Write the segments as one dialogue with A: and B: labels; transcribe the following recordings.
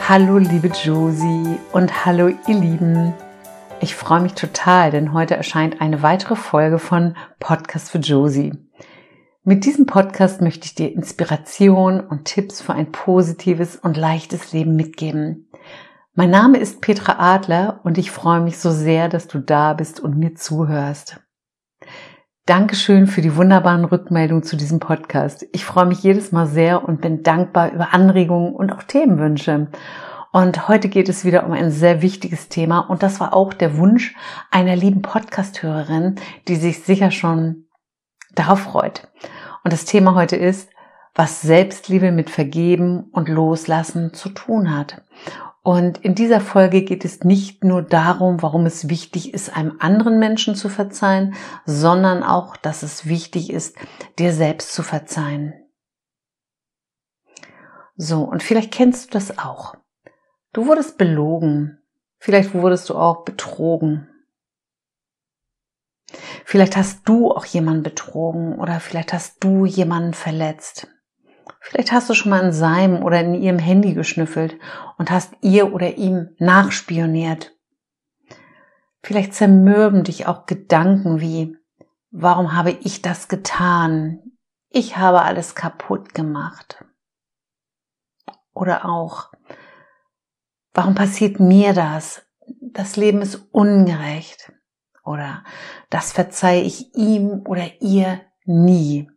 A: Hallo liebe Josie und hallo ihr Lieben. Ich freue mich total, denn heute erscheint eine weitere Folge von Podcast für Josie. Mit diesem Podcast möchte ich dir Inspiration und Tipps für ein positives und leichtes Leben mitgeben. Mein Name ist Petra Adler und ich freue mich so sehr, dass du da bist und mir zuhörst. Dankeschön für die wunderbaren Rückmeldungen zu diesem Podcast. Ich freue mich jedes Mal sehr und bin dankbar über Anregungen und auch Themenwünsche. Und heute geht es wieder um ein sehr wichtiges Thema und das war auch der Wunsch einer lieben Podcast-Hörerin, die sich sicher schon darauf freut. Und das Thema heute ist, was Selbstliebe mit Vergeben und Loslassen zu tun hat. Und in dieser Folge geht es nicht nur darum, warum es wichtig ist, einem anderen Menschen zu verzeihen, sondern auch, dass es wichtig ist, dir selbst zu verzeihen. So, und vielleicht kennst du das auch. Du wurdest belogen. Vielleicht wurdest du auch betrogen. Vielleicht hast du auch jemanden betrogen oder vielleicht hast du jemanden verletzt. Vielleicht hast du schon mal in seinem oder in ihrem Handy geschnüffelt und hast ihr oder ihm nachspioniert. Vielleicht zermürben dich auch Gedanken wie, warum habe ich das getan? Ich habe alles kaputt gemacht. Oder auch, warum passiert mir das? Das Leben ist ungerecht. Oder das verzeihe ich ihm oder ihr nie.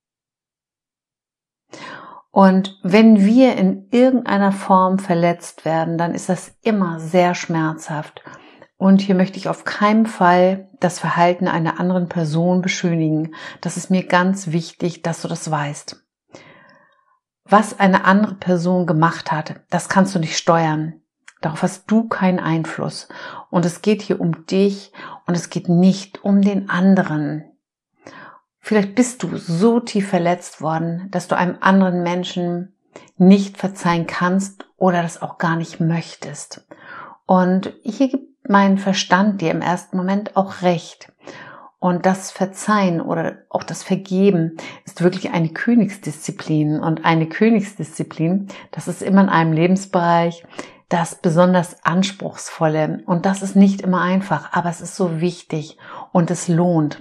A: Und wenn wir in irgendeiner Form verletzt werden, dann ist das immer sehr schmerzhaft. Und hier möchte ich auf keinen Fall das Verhalten einer anderen Person beschönigen. Das ist mir ganz wichtig, dass du das weißt. Was eine andere Person gemacht hat, das kannst du nicht steuern. Darauf hast du keinen Einfluss. Und es geht hier um dich und es geht nicht um den anderen. Vielleicht bist du so tief verletzt worden, dass du einem anderen Menschen nicht verzeihen kannst oder das auch gar nicht möchtest. Und hier gibt mein Verstand dir im ersten Moment auch recht. Und das Verzeihen oder auch das Vergeben ist wirklich eine Königsdisziplin. Und eine Königsdisziplin, das ist immer in einem Lebensbereich das besonders Anspruchsvolle. Und das ist nicht immer einfach, aber es ist so wichtig und es lohnt.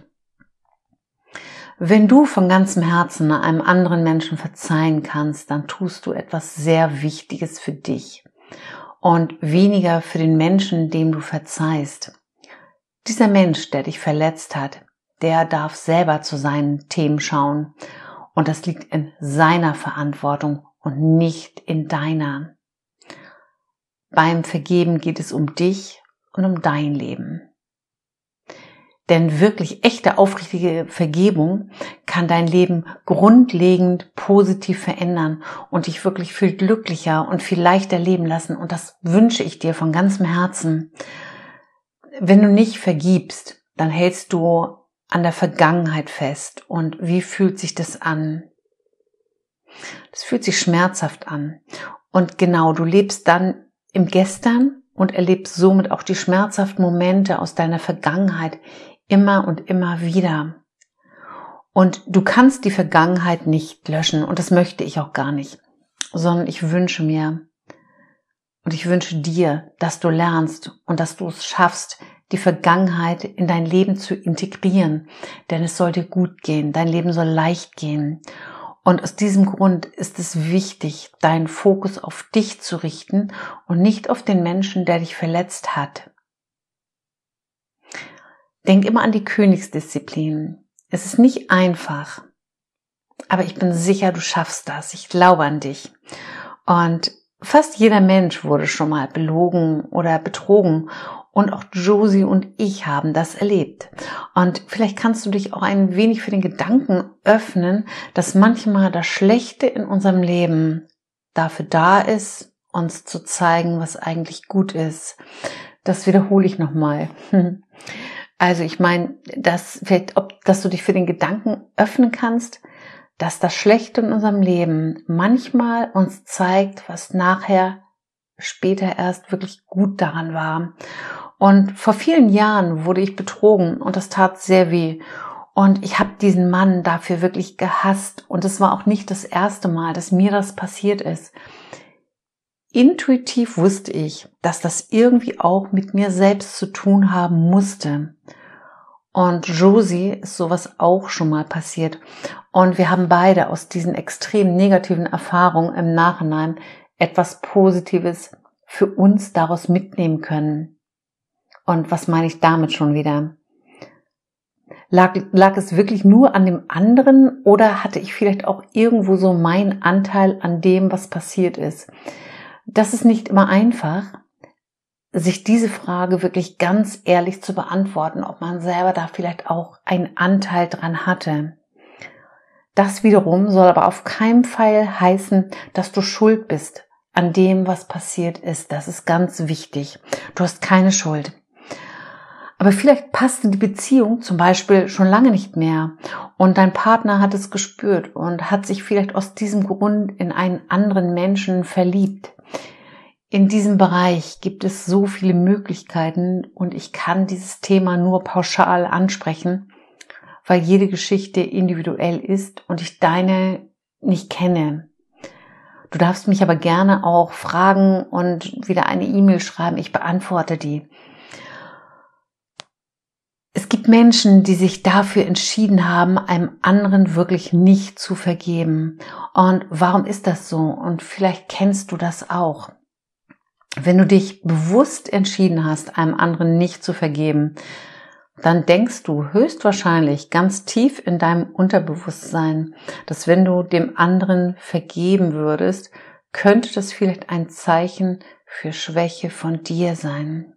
A: Wenn du von ganzem Herzen einem anderen Menschen verzeihen kannst, dann tust du etwas sehr Wichtiges für dich und weniger für den Menschen, dem du verzeihst. Dieser Mensch, der dich verletzt hat, der darf selber zu seinen Themen schauen und das liegt in seiner Verantwortung und nicht in deiner. Beim Vergeben geht es um dich und um dein Leben. Denn wirklich echte, aufrichtige Vergebung kann dein Leben grundlegend positiv verändern und dich wirklich viel glücklicher und viel leichter leben lassen. Und das wünsche ich dir von ganzem Herzen. Wenn du nicht vergibst, dann hältst du an der Vergangenheit fest. Und wie fühlt sich das an? Das fühlt sich schmerzhaft an. Und genau, du lebst dann im Gestern und erlebst somit auch die schmerzhaften Momente aus deiner Vergangenheit immer und immer wieder. Und du kannst die Vergangenheit nicht löschen und das möchte ich auch gar nicht, sondern ich wünsche mir und ich wünsche dir, dass du lernst und dass du es schaffst, die Vergangenheit in dein Leben zu integrieren, denn es soll dir gut gehen, dein Leben soll leicht gehen. Und aus diesem Grund ist es wichtig, deinen Fokus auf dich zu richten und nicht auf den Menschen, der dich verletzt hat. Denk immer an die Königsdisziplin. Es ist nicht einfach, aber ich bin sicher, du schaffst das. Ich glaube an dich. Und fast jeder Mensch wurde schon mal belogen oder betrogen. Und auch Josie und ich haben das erlebt. Und vielleicht kannst du dich auch ein wenig für den Gedanken öffnen, dass manchmal das Schlechte in unserem Leben dafür da ist, uns zu zeigen, was eigentlich gut ist. Das wiederhole ich nochmal. Also ich meine, dass du dich für den Gedanken öffnen kannst, dass das Schlechte in unserem Leben manchmal uns zeigt, was nachher später erst wirklich gut daran war. Und vor vielen Jahren wurde ich betrogen und das tat sehr weh. Und ich habe diesen Mann dafür wirklich gehasst. Und es war auch nicht das erste Mal, dass mir das passiert ist. intuitiv wusste ich, dass das irgendwie auch mit mir selbst zu tun haben musste. Und Josie ist sowas auch schon mal passiert. Und wir haben beide aus diesen extrem negativen Erfahrungen im Nachhinein etwas Positives für uns daraus mitnehmen können. Und was meine ich damit schon wieder? Lag es wirklich nur an dem anderen oder hatte ich vielleicht auch irgendwo so meinen Anteil an dem, was passiert ist? Das ist nicht immer einfach, sich diese Frage wirklich ganz ehrlich zu beantworten, ob man selber da vielleicht auch einen Anteil dran hatte. Das wiederum soll aber auf keinen Fall heißen, dass du schuld bist an dem, was passiert ist. Das ist ganz wichtig. Du hast keine Schuld. Aber vielleicht passte die Beziehung zum Beispiel schon lange nicht mehr und dein Partner hat es gespürt und hat sich vielleicht aus diesem Grund in einen anderen Menschen verliebt. In diesem Bereich gibt es so viele Möglichkeiten und ich kann dieses Thema nur pauschal ansprechen, weil jede Geschichte individuell ist und ich deine nicht kenne. Du darfst mich aber gerne auch fragen und wieder eine E-Mail schreiben, ich beantworte die. Es gibt Menschen, die sich dafür entschieden haben, einem anderen wirklich nicht zu vergeben. Und warum ist das so? Und vielleicht kennst du das auch. Wenn du dich bewusst entschieden hast, einem anderen nicht zu vergeben, dann denkst du höchstwahrscheinlich ganz tief in deinem Unterbewusstsein, dass wenn du dem anderen vergeben würdest, könnte das vielleicht ein Zeichen für Schwäche von dir sein.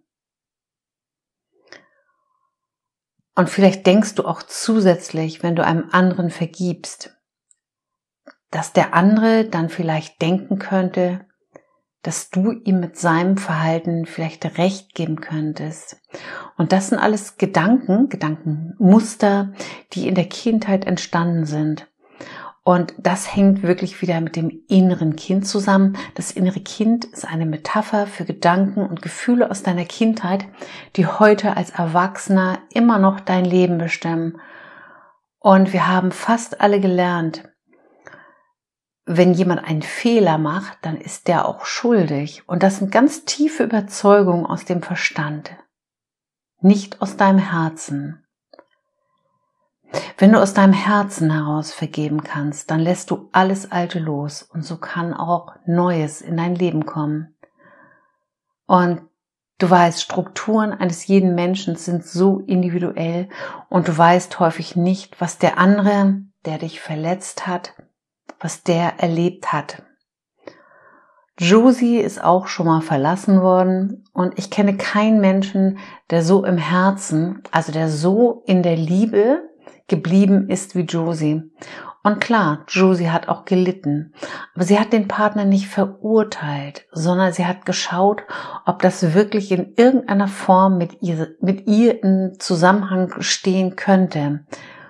A: Und vielleicht denkst du auch zusätzlich, wenn du einem anderen vergibst, dass der andere dann vielleicht denken könnte, dass du ihm mit seinem Verhalten vielleicht Recht geben könntest. Und das sind alles Gedankenmuster, die in der Kindheit entstanden sind. Und das hängt wirklich wieder mit dem inneren Kind zusammen. Das innere Kind ist eine Metapher für Gedanken und Gefühle aus deiner Kindheit, die heute als Erwachsener immer noch dein Leben bestimmen. Und wir haben fast alle gelernt, wenn jemand einen Fehler macht, dann ist der auch schuldig. Und das sind ganz tiefe Überzeugungen aus dem Verstand, nicht aus deinem Herzen. Wenn du aus deinem Herzen heraus vergeben kannst, dann lässt du alles Alte los und so kann auch Neues in dein Leben kommen. Und du weißt, Strukturen eines jeden Menschen sind so individuell und du weißt häufig nicht, was der andere, der dich verletzt hat, was der erlebt hat. Josie ist auch schon mal verlassen worden und ich kenne keinen Menschen, der so im Herzen, also der so in der Liebe geblieben ist wie Josie. Und klar, Josie hat auch gelitten, aber sie hat den Partner nicht verurteilt, sondern sie hat geschaut, ob das wirklich in irgendeiner Form mit ihr in Zusammenhang stehen könnte.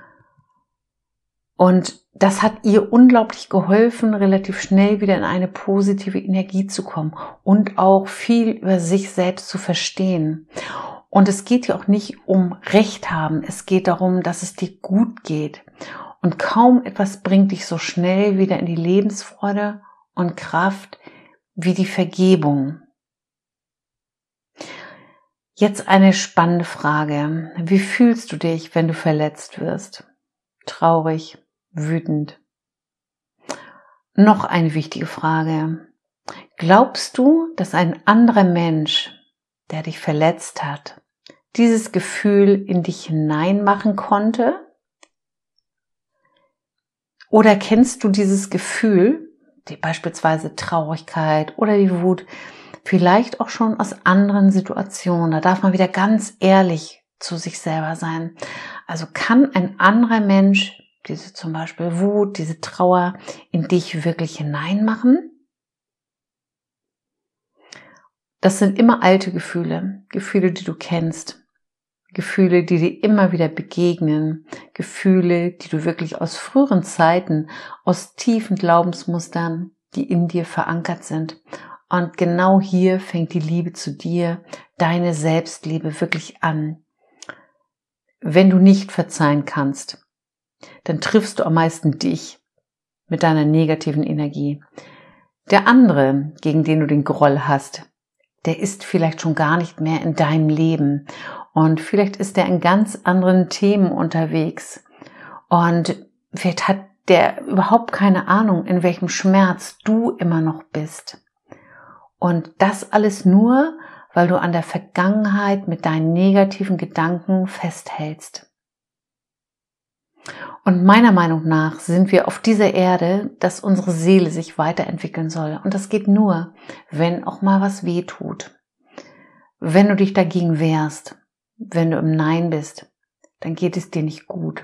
A: Und das hat ihr unglaublich geholfen, relativ schnell wieder in eine positive Energie zu kommen und auch viel über sich selbst zu verstehen. Und es geht ja auch nicht um Recht haben, es geht darum, dass es dir gut geht. Und kaum etwas bringt dich so schnell wieder in die Lebensfreude und Kraft wie die Vergebung. Jetzt eine spannende Frage. Wie fühlst du dich, wenn du verletzt wirst? Traurig? Wütend. Noch eine wichtige Frage. Glaubst du, dass ein anderer Mensch, der dich verletzt hat, dieses Gefühl in dich hineinmachen konnte? Oder kennst du dieses Gefühl, die beispielsweise Traurigkeit oder die Wut, vielleicht auch schon aus anderen Situationen? Da darf man wieder ganz ehrlich zu sich selber sein. Also kann ein anderer Mensch diese zum Beispiel Wut, diese Trauer in dich wirklich hineinmachen? Das sind immer alte Gefühle, Gefühle, die du kennst, Gefühle, die dir immer wieder begegnen, Gefühle, die du wirklich aus früheren Zeiten, aus tiefen Glaubensmustern, die in dir verankert sind. Und genau hier fängt die Liebe zu dir, deine Selbstliebe wirklich an. Wenn du nicht verzeihen kannst, dann triffst du am meisten dich mit deiner negativen Energie. Der andere, gegen den du den Groll hast, der ist vielleicht schon gar nicht mehr in deinem Leben und vielleicht ist er in ganz anderen Themen unterwegs und vielleicht hat der überhaupt keine Ahnung, in welchem Schmerz du immer noch bist. Und das alles nur, weil du an der Vergangenheit mit deinen negativen Gedanken festhältst. Und meiner Meinung nach sind wir auf dieser Erde, dass unsere Seele sich weiterentwickeln soll. Und das geht nur, wenn auch mal was weh tut. Wenn du dich dagegen wehrst, wenn du im Nein bist, dann geht es dir nicht gut.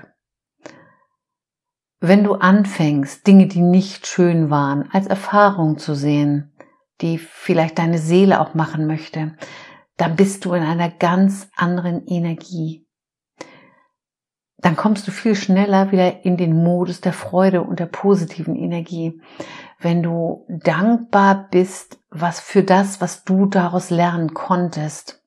A: Wenn du anfängst, Dinge, die nicht schön waren, als Erfahrung zu sehen, die vielleicht deine Seele auch machen möchte, dann bist du in einer ganz anderen Energie. Dann kommst du viel schneller wieder in den Modus der Freude und der positiven Energie. Wenn du dankbar bist, für das, was du daraus lernen konntest.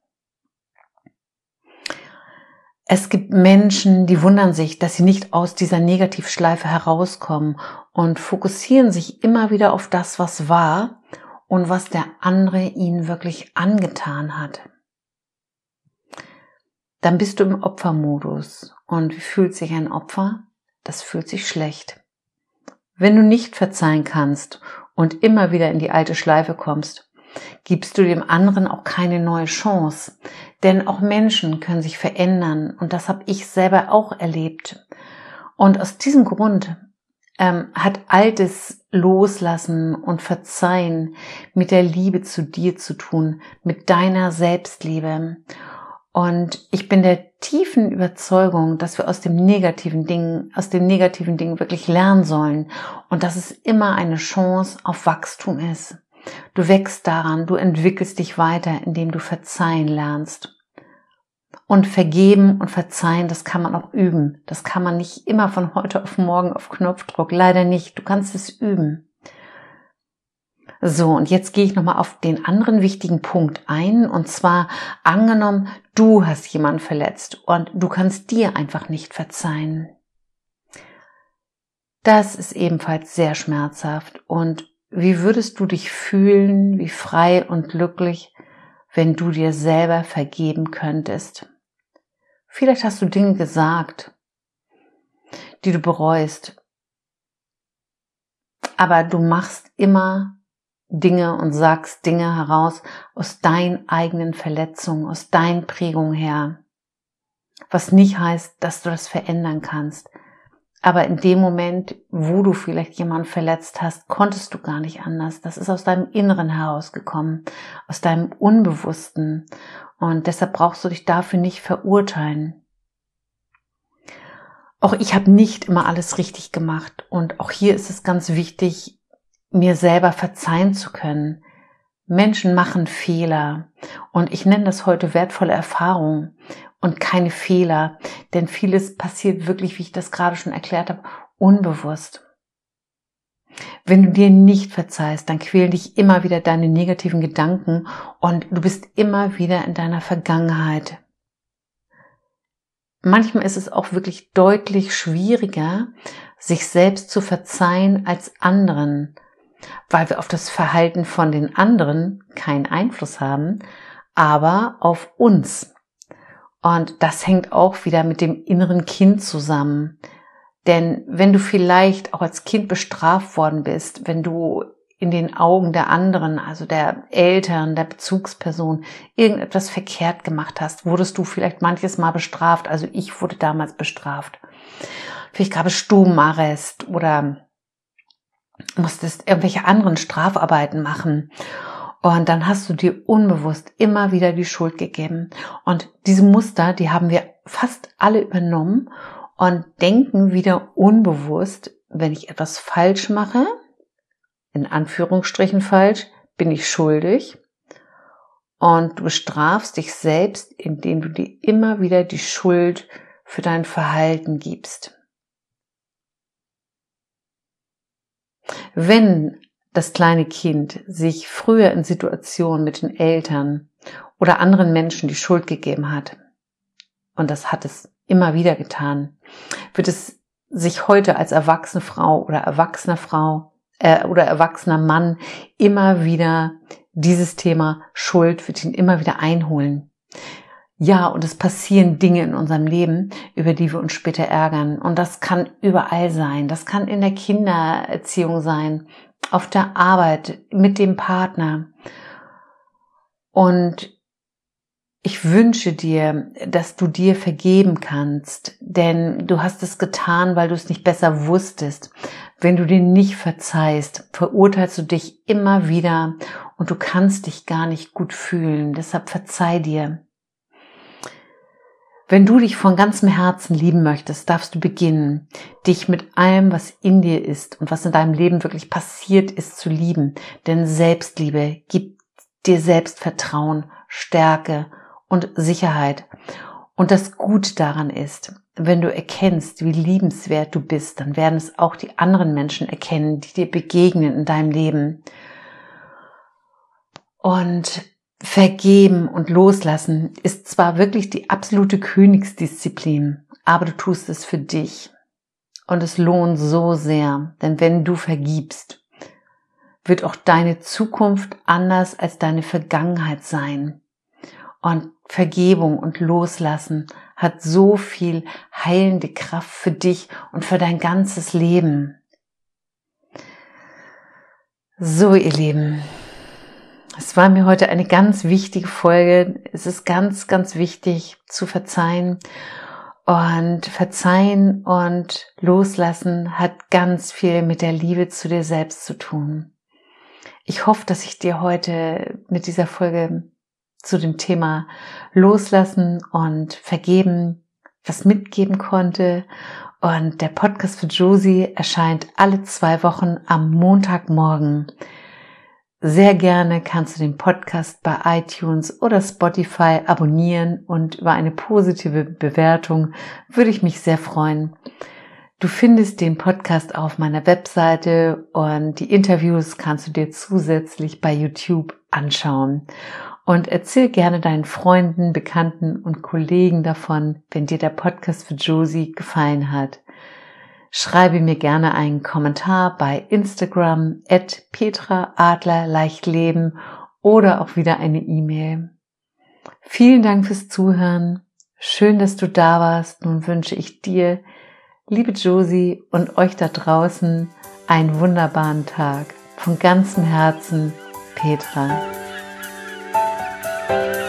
A: Es gibt Menschen, die wundern sich, dass sie nicht aus dieser Negativschleife herauskommen und fokussieren sich immer wieder auf das, was war und was der andere ihnen wirklich angetan hat. Dann bist du im Opfermodus. Und wie fühlt sich ein Opfer? Das fühlt sich schlecht. Wenn du nicht verzeihen kannst und immer wieder in die alte Schleife kommst, gibst du dem anderen auch keine neue Chance. Denn auch Menschen können sich verändern und das habe ich selber auch erlebt. Und aus diesem Grund hat altes Loslassen und Verzeihen mit der Liebe zu dir zu tun, mit deiner Selbstliebe. Und ich bin der tiefen Überzeugung, dass wir aus den negativen Dingen wirklich lernen sollen und dass es immer eine Chance auf Wachstum ist. Du wächst daran, du entwickelst dich weiter, indem du verzeihen lernst. Und vergeben und verzeihen, das kann man auch üben. Das kann man nicht immer von heute auf morgen auf Knopfdruck. Leider nicht. Du kannst es üben. So, und jetzt gehe ich nochmal auf den anderen wichtigen Punkt ein. Und zwar, angenommen, du hast jemanden verletzt und du kannst dir einfach nicht verzeihen. Das ist ebenfalls sehr schmerzhaft. Und wie würdest du dich fühlen, wie frei und glücklich, wenn du dir selber vergeben könntest? Vielleicht hast du Dinge gesagt, die du bereust, aber du machst immer Dinge und sagst Dinge heraus aus deinen eigenen Verletzungen, aus deinen Prägungen her, was nicht heißt, dass du das verändern kannst. Aber in dem Moment, wo du vielleicht jemanden verletzt hast, konntest du gar nicht anders. Das ist aus deinem Inneren herausgekommen, aus deinem Unbewussten. Und deshalb brauchst du dich dafür nicht verurteilen. Auch ich habe nicht immer alles richtig gemacht. Und auch hier ist es ganz wichtig, mir selber verzeihen zu können. Menschen machen Fehler. Und ich nenne das heute wertvolle Erfahrung. Und keine Fehler, denn vieles passiert wirklich, wie ich das gerade schon erklärt habe, unbewusst. Wenn du dir nicht verzeihst, dann quälen dich immer wieder deine negativen Gedanken und du bist immer wieder in deiner Vergangenheit. Manchmal ist es auch wirklich deutlich schwieriger, sich selbst zu verzeihen als anderen, weil wir auf das Verhalten von den anderen keinen Einfluss haben, aber auf uns. Und das hängt auch wieder mit dem inneren Kind zusammen. Denn wenn du vielleicht auch als Kind bestraft worden bist, wenn du in den Augen der anderen, also der Eltern, der Bezugsperson, irgendetwas verkehrt gemacht hast, wurdest du vielleicht manches Mal bestraft. Also ich wurde damals bestraft. Vielleicht gab es Stubenarrest oder musstest irgendwelche anderen Strafarbeiten machen. Und dann hast du dir unbewusst immer wieder die Schuld gegeben. Und diese Muster, die haben wir fast alle übernommen und denken wieder unbewusst, wenn ich etwas falsch mache, in Anführungsstrichen falsch, bin ich schuldig. Und du bestrafst dich selbst, indem du dir immer wieder die Schuld für dein Verhalten gibst. Wenn das kleine Kind sich früher in Situationen mit den Eltern oder anderen Menschen die Schuld gegeben hat, und das hat es immer wieder getan, wird es sich heute als erwachsene Frau oder erwachsener Frau oder erwachsener Mann immer wieder dieses Thema Schuld, wird ihn immer wieder einholen. Ja, und es passieren Dinge in unserem Leben, über die wir uns später ärgern. Und das kann überall sein. Das kann in der Kindererziehung sein, auf der Arbeit, mit dem Partner. Und ich wünsche dir, dass du dir vergeben kannst, denn du hast es getan, weil du es nicht besser wusstest. Wenn du dir nicht verzeihst, verurteilst du dich immer wieder und du kannst dich gar nicht gut fühlen. Deshalb verzeih dir. Wenn du dich von ganzem Herzen lieben möchtest, darfst du beginnen, dich mit allem, was in dir ist und was in deinem Leben wirklich passiert ist, zu lieben. Denn Selbstliebe gibt dir Selbstvertrauen, Stärke und Sicherheit. Und das Gute daran ist, wenn du erkennst, wie liebenswert du bist, dann werden es auch die anderen Menschen erkennen, die dir begegnen in deinem Leben. Und vergeben und loslassen ist zwar wirklich die absolute Königsdisziplin, aber du tust es für dich. Und es lohnt so sehr, denn wenn du vergibst, wird auch deine Zukunft anders als deine Vergangenheit sein. Und Vergebung und Loslassen hat so viel heilende Kraft für dich und für dein ganzes Leben. So, ihr Lieben, es war mir heute eine ganz wichtige Folge. Es ist ganz, ganz wichtig zu verzeihen. Und Verzeihen und Loslassen hat ganz viel mit der Liebe zu dir selbst zu tun. Ich hoffe, dass ich dir heute mit dieser Folge zu dem Thema Loslassen und Vergeben was mitgeben konnte. Und der Podcast für Josie erscheint alle 2 Wochen am Montagmorgen. Sehr gerne kannst du den Podcast bei iTunes oder Spotify abonnieren und über eine positive Bewertung würde ich mich sehr freuen. Du findest den Podcast auf meiner Webseite und die Interviews kannst du dir zusätzlich bei YouTube anschauen. Und erzähl gerne deinen Freunden, Bekannten und Kollegen davon, wenn dir der Podcast für Josie gefallen hat. Schreibe mir gerne einen Kommentar bei Instagram @petraadlerleichtleben oder auch wieder eine E-Mail. Vielen Dank fürs Zuhören. Schön, dass du da warst. Nun wünsche ich dir, liebe Josie, und euch da draußen einen wunderbaren Tag. Von ganzem Herzen, Petra.